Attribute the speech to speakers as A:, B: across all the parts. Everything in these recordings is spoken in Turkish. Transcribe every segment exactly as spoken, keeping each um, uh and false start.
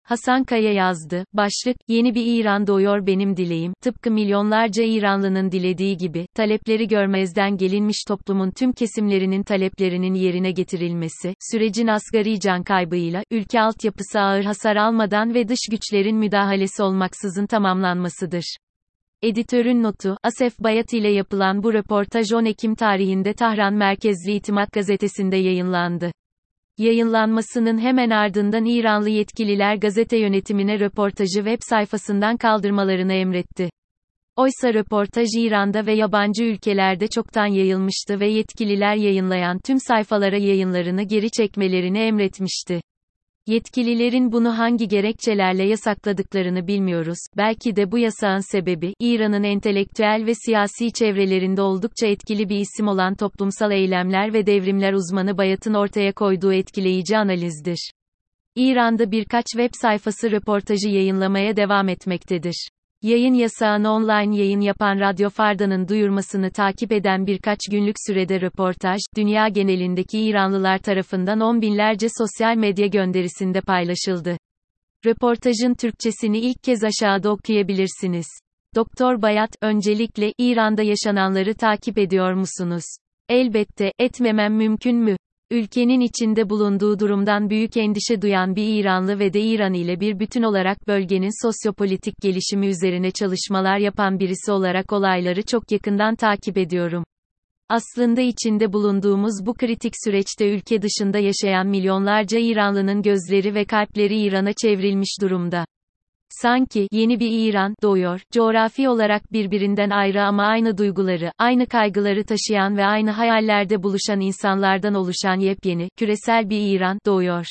A: Hasan Kaya yazdı. Başlık, yeni bir İran doğuyor benim dileğim, tıpkı milyonlarca İranlının dilediği gibi, talepleri görmezden gelinmiş toplumun tüm kesimlerinin taleplerinin yerine getirilmesi, sürecin asgari can kaybıyla, ülke altyapısı ağır hasar almadan ve dış güçlerin müdahalesi olmaksızın tamamlanmasıdır. Editörün notu, Asef Bayat ile yapılan bu röportaj on Ekim tarihinde Tahran merkezli İtimat gazetesinde yayınlandı. Yayınlanmasının hemen ardından İranlı yetkililer gazete yönetimine röportajı web sayfasından kaldırmalarını emretti. Oysa röportaj İran'da ve yabancı ülkelerde çoktan yayılmıştı ve yetkililer yayınlayan tüm sayfalara yayınlarını geri çekmelerini emretmişti. Yetkililerin bunu hangi gerekçelerle yasakladıklarını bilmiyoruz, belki de bu yasağın sebebi, İran'ın entelektüel ve siyasi çevrelerinde oldukça etkili bir isim olan toplumsal eylemler ve devrimler uzmanı Bayat'ın ortaya koyduğu etkileyici analizdir. İran'da birkaç web sayfası röportajı yayınlamaya devam etmektedir. Yayın yasağını online yayın yapan Radyo Farda'nın duyurmasını takip eden birkaç günlük sürede röportaj, dünya genelindeki İranlılar tarafından on binlerce sosyal medya gönderisinde paylaşıldı. Röportajın Türkçesini ilk kez aşağıda okuyabilirsiniz. Doktor Bayat, öncelikle, İran'da yaşananları takip ediyor musunuz? Elbette, etmemem mümkün mü? Ülkenin içinde bulunduğu durumdan büyük endişe duyan bir İranlı ve de İran ile bir bütün olarak bölgenin sosyopolitik gelişimi üzerine çalışmalar yapan birisi olarak olayları çok yakından takip ediyorum. Aslında içinde bulunduğumuz bu kritik süreçte ülke dışında yaşayan milyonlarca İranlının gözleri ve kalpleri İran'a çevrilmiş durumda. Sanki, yeni bir İran, doğuyor, coğrafi olarak birbirinden ayrı ama aynı duyguları, aynı kaygıları taşıyan ve aynı hayallerde buluşan insanlardan oluşan yepyeni, küresel bir İran, doğuyor.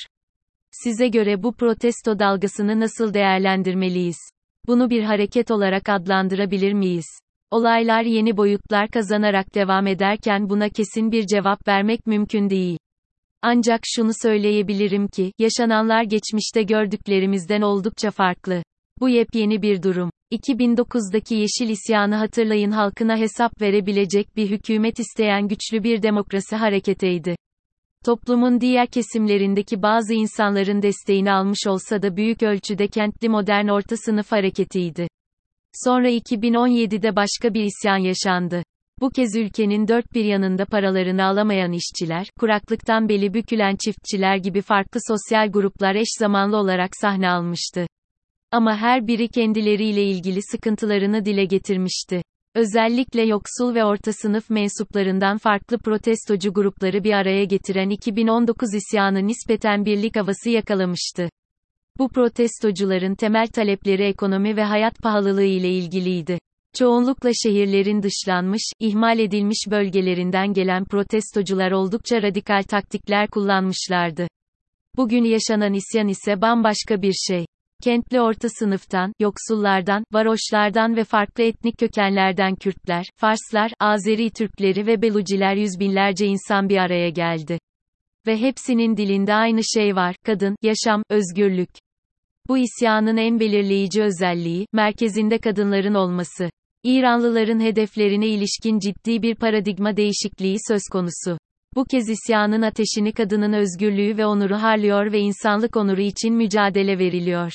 A: Size göre bu protesto dalgasını nasıl değerlendirmeliyiz? Bunu bir hareket olarak adlandırabilir miyiz? Olaylar yeni boyutlar kazanarak devam ederken buna kesin bir cevap vermek mümkün değil. Ancak şunu söyleyebilirim ki, yaşananlar geçmişte gördüklerimizden oldukça farklı. Bu yepyeni bir durum. iki bin dokuzdaki Yeşil İsyanı hatırlayın, halkına hesap verebilecek bir hükümet isteyen güçlü bir demokrasi hareketiydi. Toplumun diğer kesimlerindeki bazı insanların desteğini almış olsa da büyük ölçüde kentli modern orta sınıf hareketiydi. Sonra iki bin on yedide başka bir isyan yaşandı. Bu kez ülkenin dört bir yanında paralarını alamayan işçiler, kuraklıktan beli bükülen çiftçiler gibi farklı sosyal gruplar eş zamanlı olarak sahne almıştı. Ama her biri kendileriyle ilgili sıkıntılarını dile getirmişti. Özellikle yoksul ve orta sınıf mensuplarından farklı protestocu grupları bir araya getiren iki bin on dokuz isyanı nispeten birlik havası yakalamıştı. Bu protestocuların temel talepleri ekonomi ve hayat pahalılığı ile ilgiliydi. Çoğunlukla şehirlerin dışlanmış, ihmal edilmiş bölgelerinden gelen protestocular oldukça radikal taktikler kullanmışlardı. Bugün yaşanan isyan ise bambaşka bir şey. Kentli orta sınıftan, yoksullardan, varoşlardan ve farklı etnik kökenlerden Kürtler, Farslar, Azeri Türkleri ve Beluciler yüz binlerce insan bir araya geldi. Ve hepsinin dilinde aynı şey var: kadın, yaşam, özgürlük. Bu isyanın en belirleyici özelliği, merkezinde kadınların olması. İranlıların hedeflerine ilişkin ciddi bir paradigma değişikliği söz konusu. Bu kez isyanın ateşini kadının özgürlüğü ve onuru harlıyor ve insanlık onuru için mücadele veriliyor.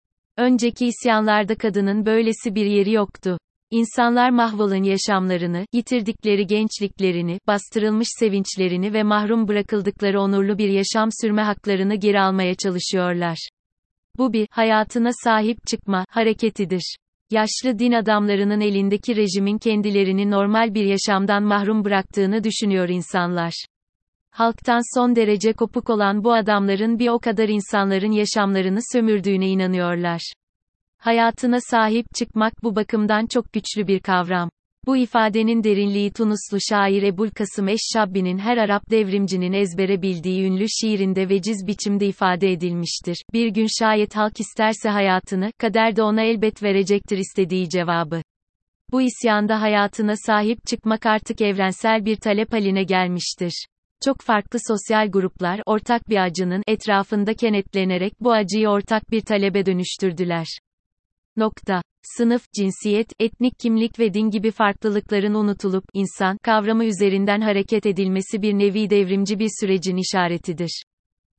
A: Önceki isyanlarda kadının böylesi bir yeri yoktu. İnsanlar mahvolan yaşamlarını, yitirdikleri gençliklerini, bastırılmış sevinçlerini ve mahrum bırakıldıkları onurlu bir yaşam sürme haklarını geri almaya çalışıyorlar. Bu bir, hayatına sahip çıkma, hareketidir. Yaşlı din adamlarının elindeki rejimin kendilerini normal bir yaşamdan mahrum bıraktığını düşünüyor insanlar. Halktan son derece kopuk olan bu adamların bir o kadar insanların yaşamlarını sömürdüğüne inanıyorlar. Hayatına sahip çıkmak bu bakımdan çok güçlü bir kavram. Bu ifadenin derinliği Tunuslu şair Ebul Kasım Eşşabbi'nin her Arap devrimcinin ezbere bildiği ünlü şiirinde veciz biçimde ifade edilmiştir. Bir gün şayet halk isterse hayatını, kader de ona elbet verecektir istediği cevabı. Bu isyanda hayatına sahip çıkmak artık evrensel bir talep haline gelmiştir. Çok farklı sosyal gruplar, ortak bir acının etrafında kenetlenerek bu acıyı ortak bir talebe dönüştürdüler. Nokta. Sınıf, cinsiyet, etnik kimlik ve din gibi farklılıkların unutulup, insan, kavramı üzerinden hareket edilmesi bir nevi devrimci bir sürecin işaretidir.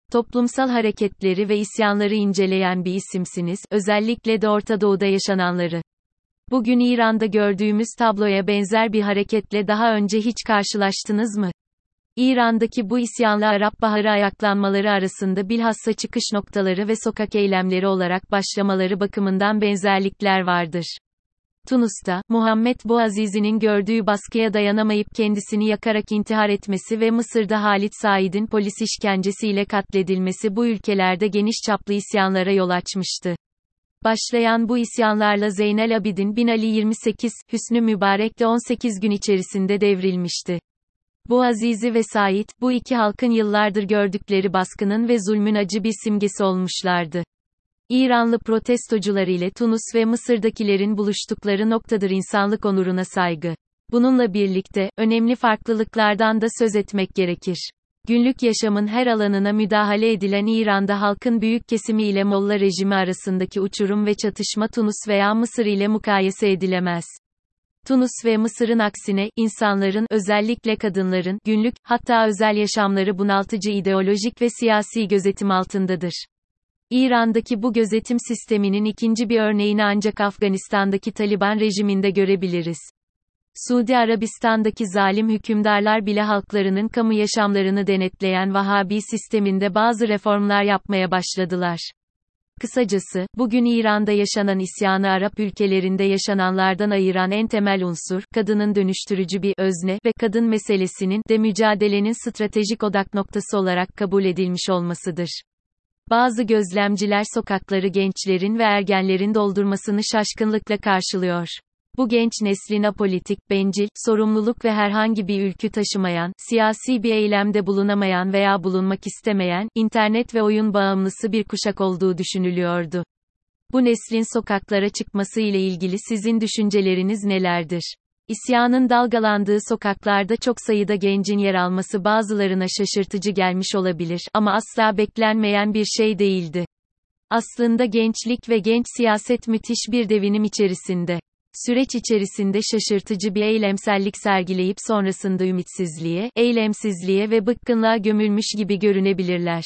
A: Toplumsal hareketleri ve isyanları inceleyen bir isimsiniz, özellikle de Orta Doğu'da yaşananları. Bugün İran'da gördüğümüz tabloya benzer bir hareketle daha önce hiç karşılaştınız mı? İran'daki bu isyanla Arap Baharı ayaklanmaları arasında bilhassa çıkış noktaları ve sokak eylemleri olarak başlamaları bakımından benzerlikler vardır. Tunus'ta, Muhammed Bouazizi'nin gördüğü baskıya dayanamayıp kendisini yakarak intihar etmesi ve Mısır'da Halit Said'in polis işkencesiyle katledilmesi bu ülkelerde geniş çaplı isyanlara yol açmıştı. Başlayan bu isyanlarla Zeynel Abidin bin Ali yirmi sekiz, Hüsnü Mübarek de on sekiz gün içerisinde devrilmişti. Bouazizi ve Said, bu iki halkın yıllardır gördükleri baskının ve zulmün acı bir simgesi olmuşlardı. İranlı protestocular ile Tunus ve Mısır'dakilerin buluştukları noktadır insanlık onuruna saygı. Bununla birlikte, önemli farklılıklardan da söz etmek gerekir. Günlük yaşamın her alanına müdahale edilen İran'da halkın büyük kesimi ile Molla rejimi arasındaki uçurum ve çatışma Tunus veya Mısır ile mukayese edilemez. Tunus ve Mısır'ın aksine, insanların, özellikle kadınların, günlük, hatta özel yaşamları bunaltıcı ideolojik ve siyasi gözetim altındadır. İran'daki bu gözetim sisteminin ikinci bir örneğini ancak Afganistan'daki Taliban rejiminde görebiliriz. Suudi Arabistan'daki zalim hükümdarlar bile halklarının kamu yaşamlarını denetleyen Vahabi sisteminde bazı reformlar yapmaya başladılar. Kısacası, bugün İran'da yaşanan isyanı Arap ülkelerinde yaşananlardan ayıran en temel unsur, kadının dönüştürücü bir özne ve kadın meselesinin de mücadelenin stratejik odak noktası olarak kabul edilmiş olmasıdır. Bazı gözlemciler sokakları gençlerin ve ergenlerin doldurmasını şaşkınlıkla karşılıyor. Bu genç neslin apolitik, bencil, sorumluluk ve herhangi bir ülkü taşımayan, siyasi bir eylemde bulunamayan veya bulunmak istemeyen, internet ve oyun bağımlısı bir kuşak olduğu düşünülüyordu. Bu neslin sokaklara çıkması ile ilgili sizin düşünceleriniz nelerdir? İsyanın dalgalandığı sokaklarda çok sayıda gencin yer alması bazılarına şaşırtıcı gelmiş olabilir ama asla beklenmeyen bir şey değildi. Aslında gençlik ve genç siyaset müthiş bir devinim içerisinde. Süreç içerisinde şaşırtıcı bir eylemsellik sergileyip sonrasında ümitsizliğe, eylemsizliğe ve bıkkınlığa gömülmüş gibi görünebilirler.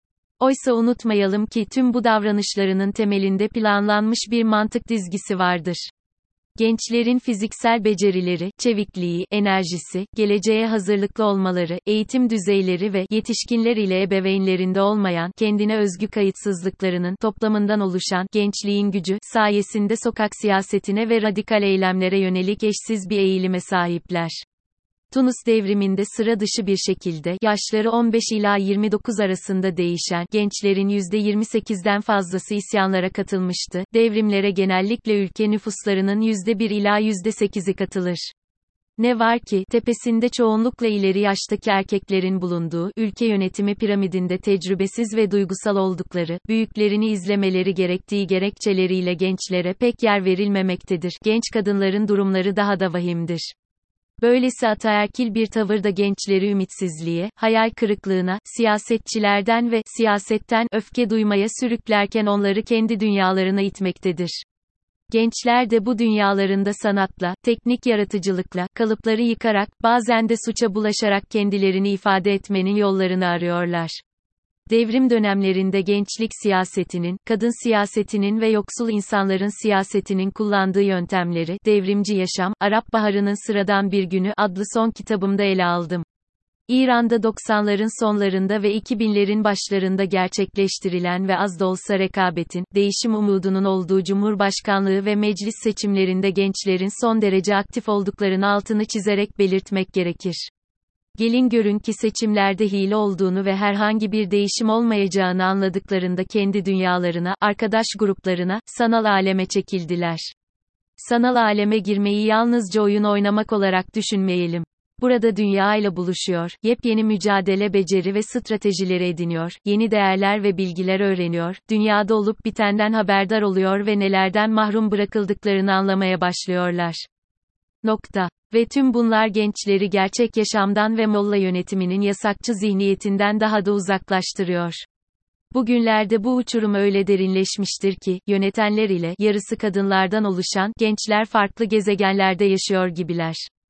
A: Oysa unutmayalım ki tüm bu davranışlarının temelinde planlanmış bir mantık dizgisi vardır. Gençlerin fiziksel becerileri, çevikliği, enerjisi, geleceğe hazırlıklı olmaları, eğitim düzeyleri ve yetişkinler ile ebeveynlerinde olmayan kendine özgü kayıtsızlıklarının toplamından oluşan gençliğin gücü sayesinde sokak siyasetine ve radikal eylemlere yönelik eşsiz bir eğilime sahipler. Tunus devriminde sıra dışı bir şekilde, yaşları on beş ila yirmi dokuz arasında değişen, gençlerin yüzde yirmi sekizden fazlası isyanlara katılmıştı, devrimlere genellikle ülke nüfuslarının yüzde bir ila yüzde sekizi katılır. Ne var ki, tepesinde çoğunlukla ileri yaştaki erkeklerin bulunduğu, ülke yönetimi piramidinde tecrübesiz ve duygusal oldukları, büyüklerini izlemeleri gerektiği gerekçeleriyle gençlere pek yer verilmemektedir. Genç kadınların durumları daha da vahimdir. Böylesi ataerkil bir tavır da gençleri ümitsizliğe, hayal kırıklığına, siyasetçilerden ve siyasetten öfke duymaya sürüklerken onları kendi dünyalarına itmektedir. Gençler de bu dünyalarında sanatla, teknik yaratıcılıkla, kalıpları yıkarak, bazen de suça bulaşarak kendilerini ifade etmenin yollarını arıyorlar. Devrim dönemlerinde gençlik siyasetinin, kadın siyasetinin ve yoksul insanların siyasetinin kullandığı yöntemleri, Devrimci Yaşam, Arap Baharı'nın Sıradan Bir Günü adlı son kitabımda ele aldım. İran'da doksanların sonlarında ve iki binlerin başlarında gerçekleştirilen ve az da olsa rekabetin, değişim umudunun olduğu Cumhurbaşkanlığı ve meclis seçimlerinde gençlerin son derece aktif olduklarını altını çizerek belirtmek gerekir. Gelin görün ki seçimlerde hile olduğunu ve herhangi bir değişim olmayacağını anladıklarında kendi dünyalarına, arkadaş gruplarına, sanal aleme çekildiler. Sanal aleme girmeyi yalnızca oyun oynamak olarak düşünmeyelim. Burada dünya ile buluşuyor, yepyeni mücadele beceri ve stratejileri ediniyor, yeni değerler ve bilgiler öğreniyor, dünyada olup bitenden haberdar oluyor ve nelerden mahrum bırakıldıklarını anlamaya başlıyorlar. Nokta. Ve tüm bunlar gençleri gerçek yaşamdan ve molla yönetiminin yasakçı zihniyetinden daha da uzaklaştırıyor. Bugünlerde bu uçurum öyle derinleşmiştir ki, yönetenler ile yarısı kadınlardan oluşan gençler farklı gezegenlerde yaşıyor gibiler.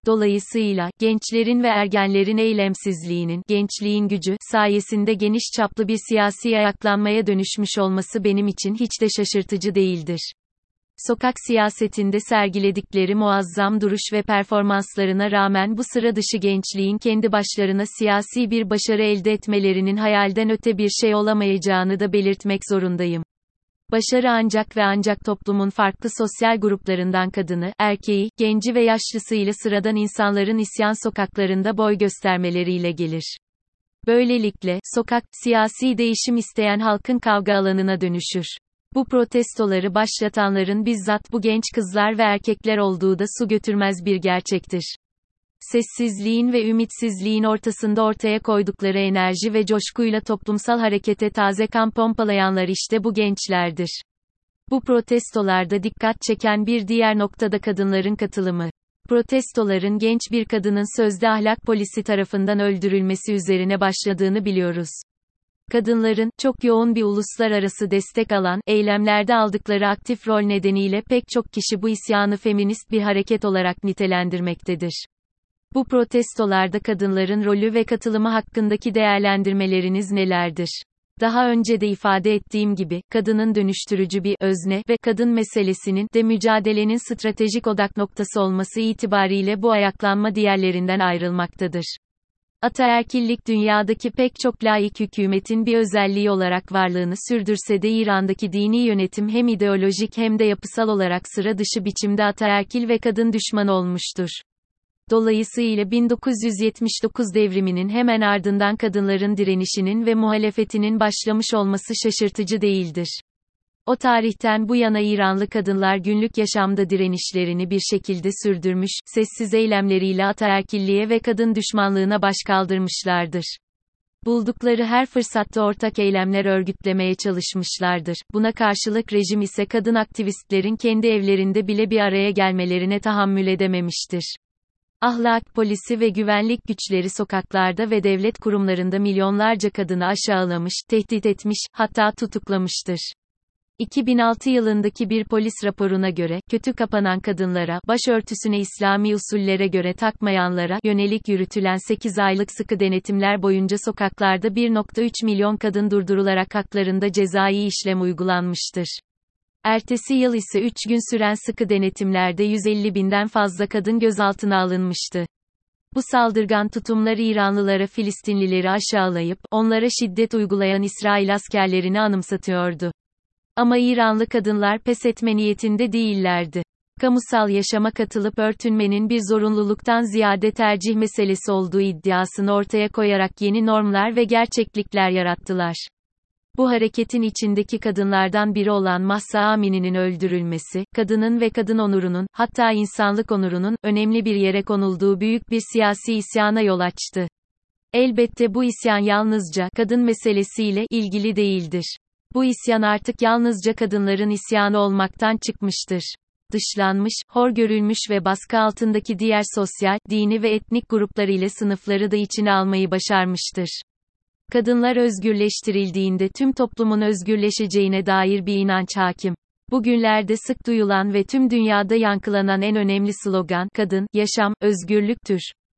A: Dolayısıyla, gençlerin ve ergenlerin eylemsizliğinin, gençliğin gücü, sayesinde geniş çaplı bir siyasi ayaklanmaya dönüşmüş olması benim için hiç de şaşırtıcı değildir. Sokak siyasetinde sergiledikleri muazzam duruş ve performanslarına rağmen bu sıra dışı gençliğin kendi başlarına siyasi bir başarı elde etmelerinin hayalden öte bir şey olamayacağını da belirtmek zorundayım. Başarı ancak ve ancak toplumun farklı sosyal gruplarından kadını, erkeği, genci ve yaşlısıyla sıradan insanların isyan sokaklarında boy göstermeleriyle gelir. Böylelikle, sokak, siyasi değişim isteyen halkın kavga alanına dönüşür. Bu protestoları başlatanların bizzat bu genç kızlar ve erkekler olduğu da su götürmez bir gerçektir. Sessizliğin ve ümitsizliğin ortasında ortaya koydukları enerji ve coşkuyla toplumsal harekete taze kan pompalayanlar işte bu gençlerdir. Bu protestolarda dikkat çeken bir diğer noktada kadınların katılımı. Protestoların genç bir kadının sözde ahlak polisi tarafından öldürülmesi üzerine başladığını biliyoruz. Kadınların, çok yoğun bir uluslararası destek alan, eylemlerde aldıkları aktif rol nedeniyle pek çok kişi bu isyanı feminist bir hareket olarak nitelendirmektedir. Bu protestolarda kadınların rolü ve katılımı hakkındaki değerlendirmeleriniz nelerdir? Daha önce de ifade ettiğim gibi, kadının dönüştürücü bir özne ve kadın meselesinin de mücadelenin stratejik odak noktası olması itibariyle bu ayaklanma diğerlerinden ayrılmaktadır. Ataerkillik dünyadaki pek çok laik hükümetin bir özelliği olarak varlığını sürdürse de İran'daki dini yönetim hem ideolojik hem de yapısal olarak sıra dışı biçimde ataerkil ve kadın düşmanı olmuştur. Dolayısıyla bin dokuz yüz yetmiş dokuz devriminin hemen ardından kadınların direnişinin ve muhalefetinin başlamış olması şaşırtıcı değildir. O tarihten bu yana İranlı kadınlar günlük yaşamda direnişlerini bir şekilde sürdürmüş, sessiz eylemleriyle ataerkilliğe ve kadın düşmanlığına baş kaldırmışlardır. Buldukları her fırsatta ortak eylemler örgütlemeye çalışmışlardır. Buna karşılık rejim ise kadın aktivistlerin kendi evlerinde bile bir araya gelmelerine tahammül edememiştir. Ahlak polisi ve güvenlik güçleri sokaklarda ve devlet kurumlarında milyonlarca kadını aşağılamış, tehdit etmiş, hatta tutuklamıştır. iki bin altı yılındaki bir polis raporuna göre, kötü kapanan kadınlara, başörtüsüne İslami usullere göre takmayanlara yönelik yürütülen sekiz aylık sıkı denetimler boyunca sokaklarda bir nokta üç milyon kadın durdurularak haklarında cezai işlem uygulanmıştır. Ertesi yıl ise üç gün süren sıkı denetimlerde yüz elli binden fazla kadın gözaltına alınmıştı. Bu saldırgan tutumlar İranlılara Filistinlileri aşağılayıp, onlara şiddet uygulayan İsrail askerlerini anımsatıyordu. Ama İranlı kadınlar pes etme niyetinde değillerdi. Kamusal yaşama katılıp örtünmenin bir zorunluluktan ziyade tercih meselesi olduğu iddiasını ortaya koyarak yeni normlar ve gerçeklikler yarattılar. Bu hareketin içindeki kadınlardan biri olan Mahsa Amini'nin öldürülmesi, kadının ve kadın onurunun, hatta insanlık onurunun, önemli bir yere konulduğu büyük bir siyasi isyana yol açtı. Elbette bu isyan yalnızca, kadın meselesiyle, ilgili değildir. Bu isyan artık yalnızca kadınların isyanı olmaktan çıkmıştır. Dışlanmış, hor görülmüş ve baskı altındaki diğer sosyal, dini ve etnik gruplar ile sınıfları da içine almayı başarmıştır. Kadınlar özgürleştirildiğinde tüm toplumun özgürleşeceğine dair bir inanç hakim. Bugünlerde sık duyulan ve tüm dünyada yankılanan en önemli slogan, kadın, yaşam, özgürlüktür.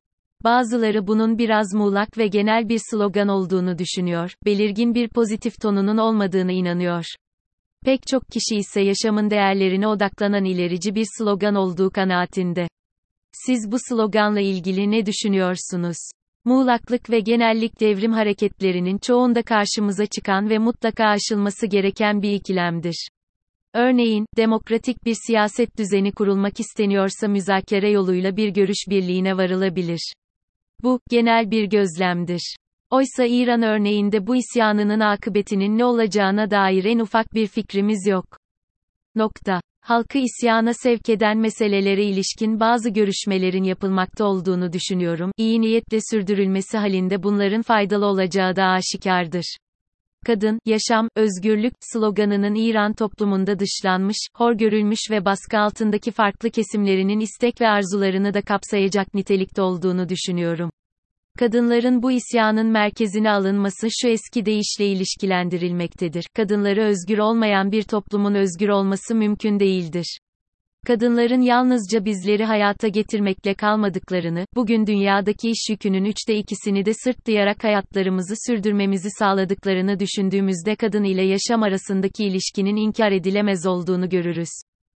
A: Bazıları bunun biraz muğlak ve genel bir slogan olduğunu düşünüyor, belirgin bir pozitif tonunun olmadığını inanıyor. Pek çok kişi ise yaşamın değerlerine odaklanan ilerici bir slogan olduğu kanaatinde. Siz bu sloganla ilgili ne düşünüyorsunuz? Muğlaklık ve genellik devrim hareketlerinin çoğunda karşımıza çıkan ve mutlaka aşılması gereken bir ikilemdir. Örneğin, demokratik bir siyaset düzeni kurulmak isteniyorsa müzakere yoluyla bir görüş birliğine varılabilir. Bu, genel bir gözlemdir. Oysa İran örneğinde bu isyanının akıbetinin ne olacağına dair en ufak bir fikrimiz yok. Nokta. Halkı isyana sevk eden meselelere ilişkin bazı görüşmelerin yapılmakta olduğunu düşünüyorum. İyi niyetle sürdürülmesi halinde bunların faydalı olacağı da aşikardır. Kadın, yaşam, özgürlük sloganının İran toplumunda dışlanmış, hor görülmüş ve baskı altındaki farklı kesimlerinin istek ve arzularını da kapsayacak nitelikte olduğunu düşünüyorum. Kadınların bu isyanın merkezine alınması şu eski deyişle ilişkilendirilmektedir. Kadınları özgür olmayan bir toplumun özgür olması mümkün değildir. Kadınların yalnızca bizleri hayata getirmekle kalmadıklarını, bugün dünyadaki iş yükünün üçte ikisini de sırtlayarak hayatlarımızı sürdürmemizi sağladıklarını düşündüğümüzde kadın ile yaşam arasındaki ilişkinin inkar edilemez olduğunu görürüz.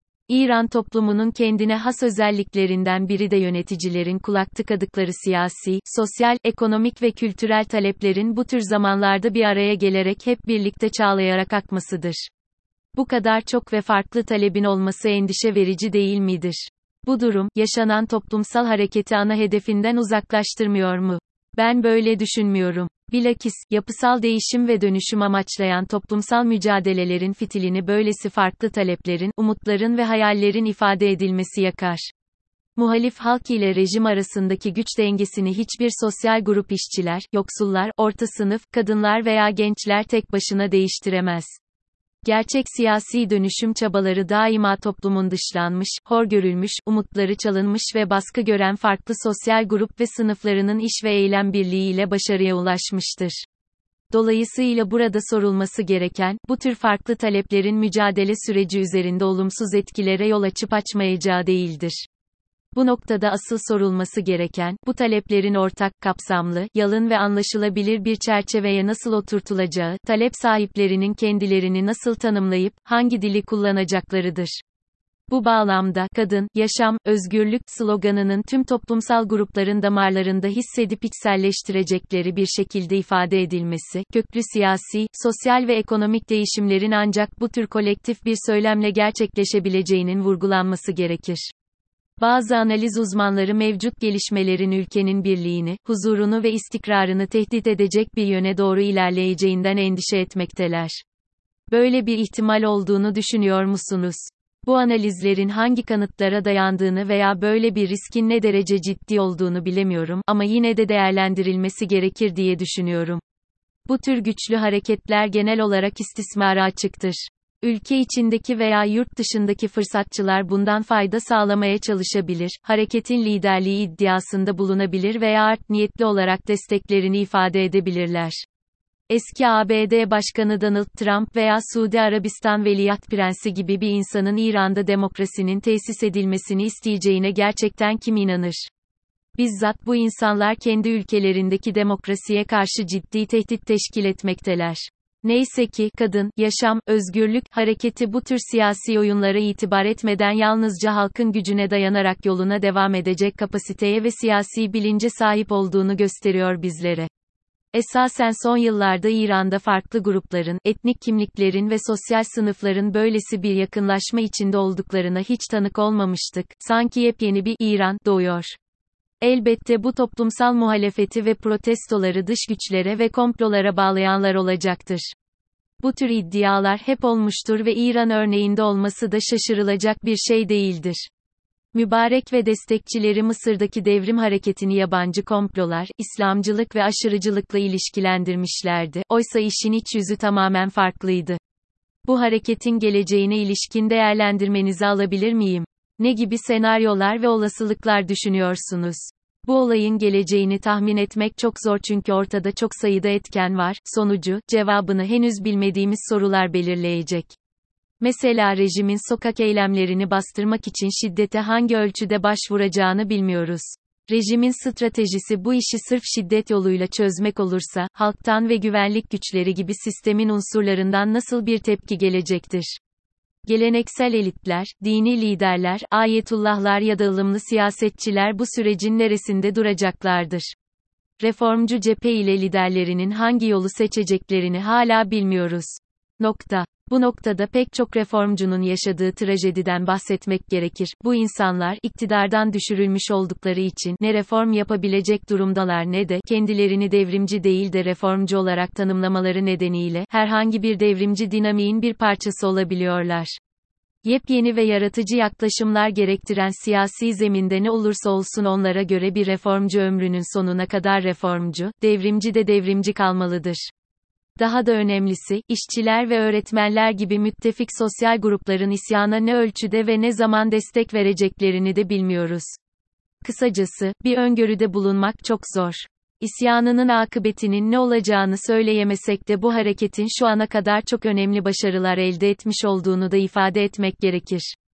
A: İran toplumunun kendine has özelliklerinden biri de yöneticilerin kulak tıkadıkları siyasi, sosyal, ekonomik ve kültürel taleplerin bu tür zamanlarda bir araya gelerek hep birlikte çağlayarak akmasıdır. Bu kadar çok ve farklı talebin olması endişe verici değil midir? Bu durum, yaşanan toplumsal hareketi ana hedefinden uzaklaştırmıyor mu? Ben böyle düşünmüyorum. Bilakis, yapısal değişim ve dönüşüm amaçlayan toplumsal mücadelelerin fitilini böylesi farklı taleplerin, umutların ve hayallerin ifade edilmesi yakar. Muhalif halk ile rejim arasındaki güç dengesini hiçbir sosyal grup işçiler, yoksullar, orta sınıf, kadınlar veya gençler tek başına değiştiremez. Gerçek siyasi dönüşüm çabaları daima toplumun dışlanmış, hor görülmüş, umutları çalınmış ve baskı gören farklı sosyal grup ve sınıflarının iş ve eylem birliğiyle başarıya ulaşmıştır. Dolayısıyla burada sorulması gereken, bu tür farklı taleplerin mücadele süreci üzerinde olumsuz etkilere yol açıp açmayacağı değildir. Bu noktada asıl sorulması gereken, bu taleplerin ortak, kapsamlı, yalın ve anlaşılabilir bir çerçeveye nasıl oturtulacağı, talep sahiplerinin kendilerini nasıl tanımlayıp, hangi dili kullanacaklarıdır. Bu bağlamda, kadın, yaşam, özgürlük, sloganının tüm toplumsal grupların damarlarında hissedip içselleştirecekleri bir şekilde ifade edilmesi, köklü siyasi, sosyal ve ekonomik değişimlerin ancak bu tür kolektif bir söylemle gerçekleşebileceğinin vurgulanması gerekir. Bazı analiz uzmanları mevcut gelişmelerin ülkenin birliğini, huzurunu ve istikrarını tehdit edecek bir yöne doğru ilerleyeceğinden endişe etmekteler. Böyle bir ihtimal olduğunu düşünüyor musunuz? Bu analizlerin hangi kanıtlara dayandığını veya böyle bir riskin ne derece ciddi olduğunu bilemiyorum ama yine de değerlendirilmesi gerekir diye düşünüyorum. Bu tür güçlü hareketler genel olarak istismara açıktır. Ülke içindeki veya yurt dışındaki fırsatçılar bundan fayda sağlamaya çalışabilir, hareketin liderliği iddiasında bulunabilir veya art niyetli olarak desteklerini ifade edebilirler. Eski A B D Başkanı Donald Trump veya Suudi Arabistan Veliaht Prensi gibi bir insanın İran'da demokrasinin tesis edilmesini isteyeceğine gerçekten kim inanır? Bizzat bu insanlar kendi ülkelerindeki demokrasiye karşı ciddi tehdit teşkil etmekteler. Neyse ki, kadın, yaşam, özgürlük, hareketi bu tür siyasi oyunlara itibar etmeden yalnızca halkın gücüne dayanarak yoluna devam edecek kapasiteye ve siyasi bilince sahip olduğunu gösteriyor bizlere. Esasen son yıllarda İran'da farklı grupların, etnik kimliklerin ve sosyal sınıfların böylesi bir yakınlaşma içinde olduklarına hiç tanık olmamıştık, sanki yepyeni bir İran doğuyor. Elbette bu toplumsal muhalefeti ve protestoları dış güçlere ve komplolara bağlayanlar olacaktır. Bu tür iddialar hep olmuştur ve İran örneğinde olması da şaşırılacak bir şey değildir. Mübarek ve destekçileri Mısır'daki devrim hareketini yabancı komplolar, İslamcılık ve aşırıcılıkla ilişkilendirmişlerdi, oysa işin iç yüzü tamamen farklıydı. Bu hareketin geleceğine ilişkin değerlendirmenizi alabilir miyim? Ne gibi senaryolar ve olasılıklar düşünüyorsunuz? Bu olayın geleceğini tahmin etmek çok zor çünkü ortada çok sayıda etken var, sonucu, cevabını henüz bilmediğimiz sorular belirleyecek. Mesela rejimin sokak eylemlerini bastırmak için şiddete hangi ölçüde başvuracağını bilmiyoruz. Rejimin stratejisi bu işi sırf şiddet yoluyla çözmek olursa, halktan ve güvenlik güçleri gibi sistemin unsurlarından nasıl bir tepki gelecektir? Geleneksel elitler, dini liderler, ayetullahlar ya da ılımlı siyasetçiler bu sürecin neresinde duracaklardır? Reformcu cephe ile liderlerinin hangi yolu seçeceklerini hala bilmiyoruz. Nokta. Bu noktada pek çok reformcunun yaşadığı trajediden bahsetmek gerekir. Bu insanlar, iktidardan düşürülmüş oldukları için, ne reform yapabilecek durumdalar ne de, kendilerini devrimci değil de reformcu olarak tanımlamaları nedeniyle, herhangi bir devrimci dinamiğin bir parçası olabiliyorlar. Yepyeni ve yaratıcı yaklaşımlar gerektiren siyasi zeminde ne olursa olsun onlara göre bir reformcu ömrünün sonuna kadar reformcu, devrimci de devrimci kalmalıdır. Daha da önemlisi, işçiler ve öğretmenler gibi müttefik sosyal grupların isyana ne ölçüde ve ne zaman destek vereceklerini de bilmiyoruz. Kısacası, bir öngörüde bulunmak çok zor. İsyanının akıbetinin ne olacağını söyleyemesek de bu hareketin şu ana kadar çok önemli başarılar elde etmiş olduğunu da ifade etmek gerekir.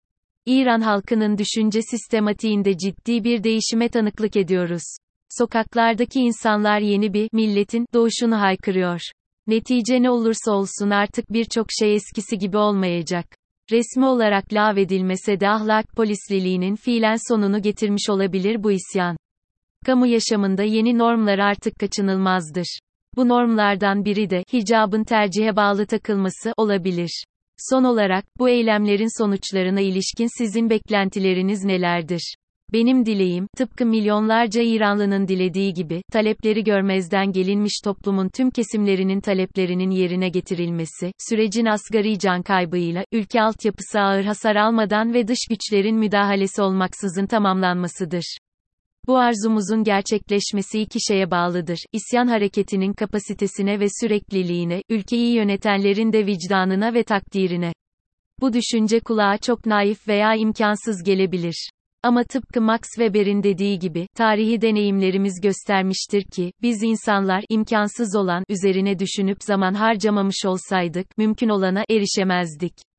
A: İran halkının düşünce sistematiğinde ciddi bir değişime tanıklık ediyoruz. Sokaklardaki insanlar yeni bir milletin doğuşunu haykırıyor. Netice ne olursa olsun artık birçok şey eskisi gibi olmayacak. Resmi olarak lağvedilmese de ahlak polisliliğinin fiilen sonunu getirmiş olabilir bu isyan. Kamu yaşamında yeni normlar artık kaçınılmazdır. Bu normlardan biri de hicabın tercihe bağlı takılması olabilir. Son olarak, bu eylemlerin sonuçlarına ilişkin sizin beklentileriniz nelerdir? Benim dileğim, tıpkı milyonlarca İranlının dilediği gibi, talepleri görmezden gelinmiş toplumun tüm kesimlerinin taleplerinin yerine getirilmesi, sürecin asgari can kaybıyla, ülke altyapısı ağır hasar almadan ve dış güçlerin müdahalesi olmaksızın tamamlanmasıdır. Bu arzumuzun gerçekleşmesi iki şeye bağlıdır: İsyan hareketinin kapasitesine ve sürekliliğine, ülkeyi yönetenlerin de vicdanına ve takdirine. Bu düşünce kulağa çok naif veya imkansız gelebilir. Ama tıpkı Max Weber'in dediği gibi, tarihi deneyimlerimiz göstermiştir ki, biz insanlar, imkansız olan üzerine düşünüp zaman harcamamış olsaydık, mümkün olana erişemezdik.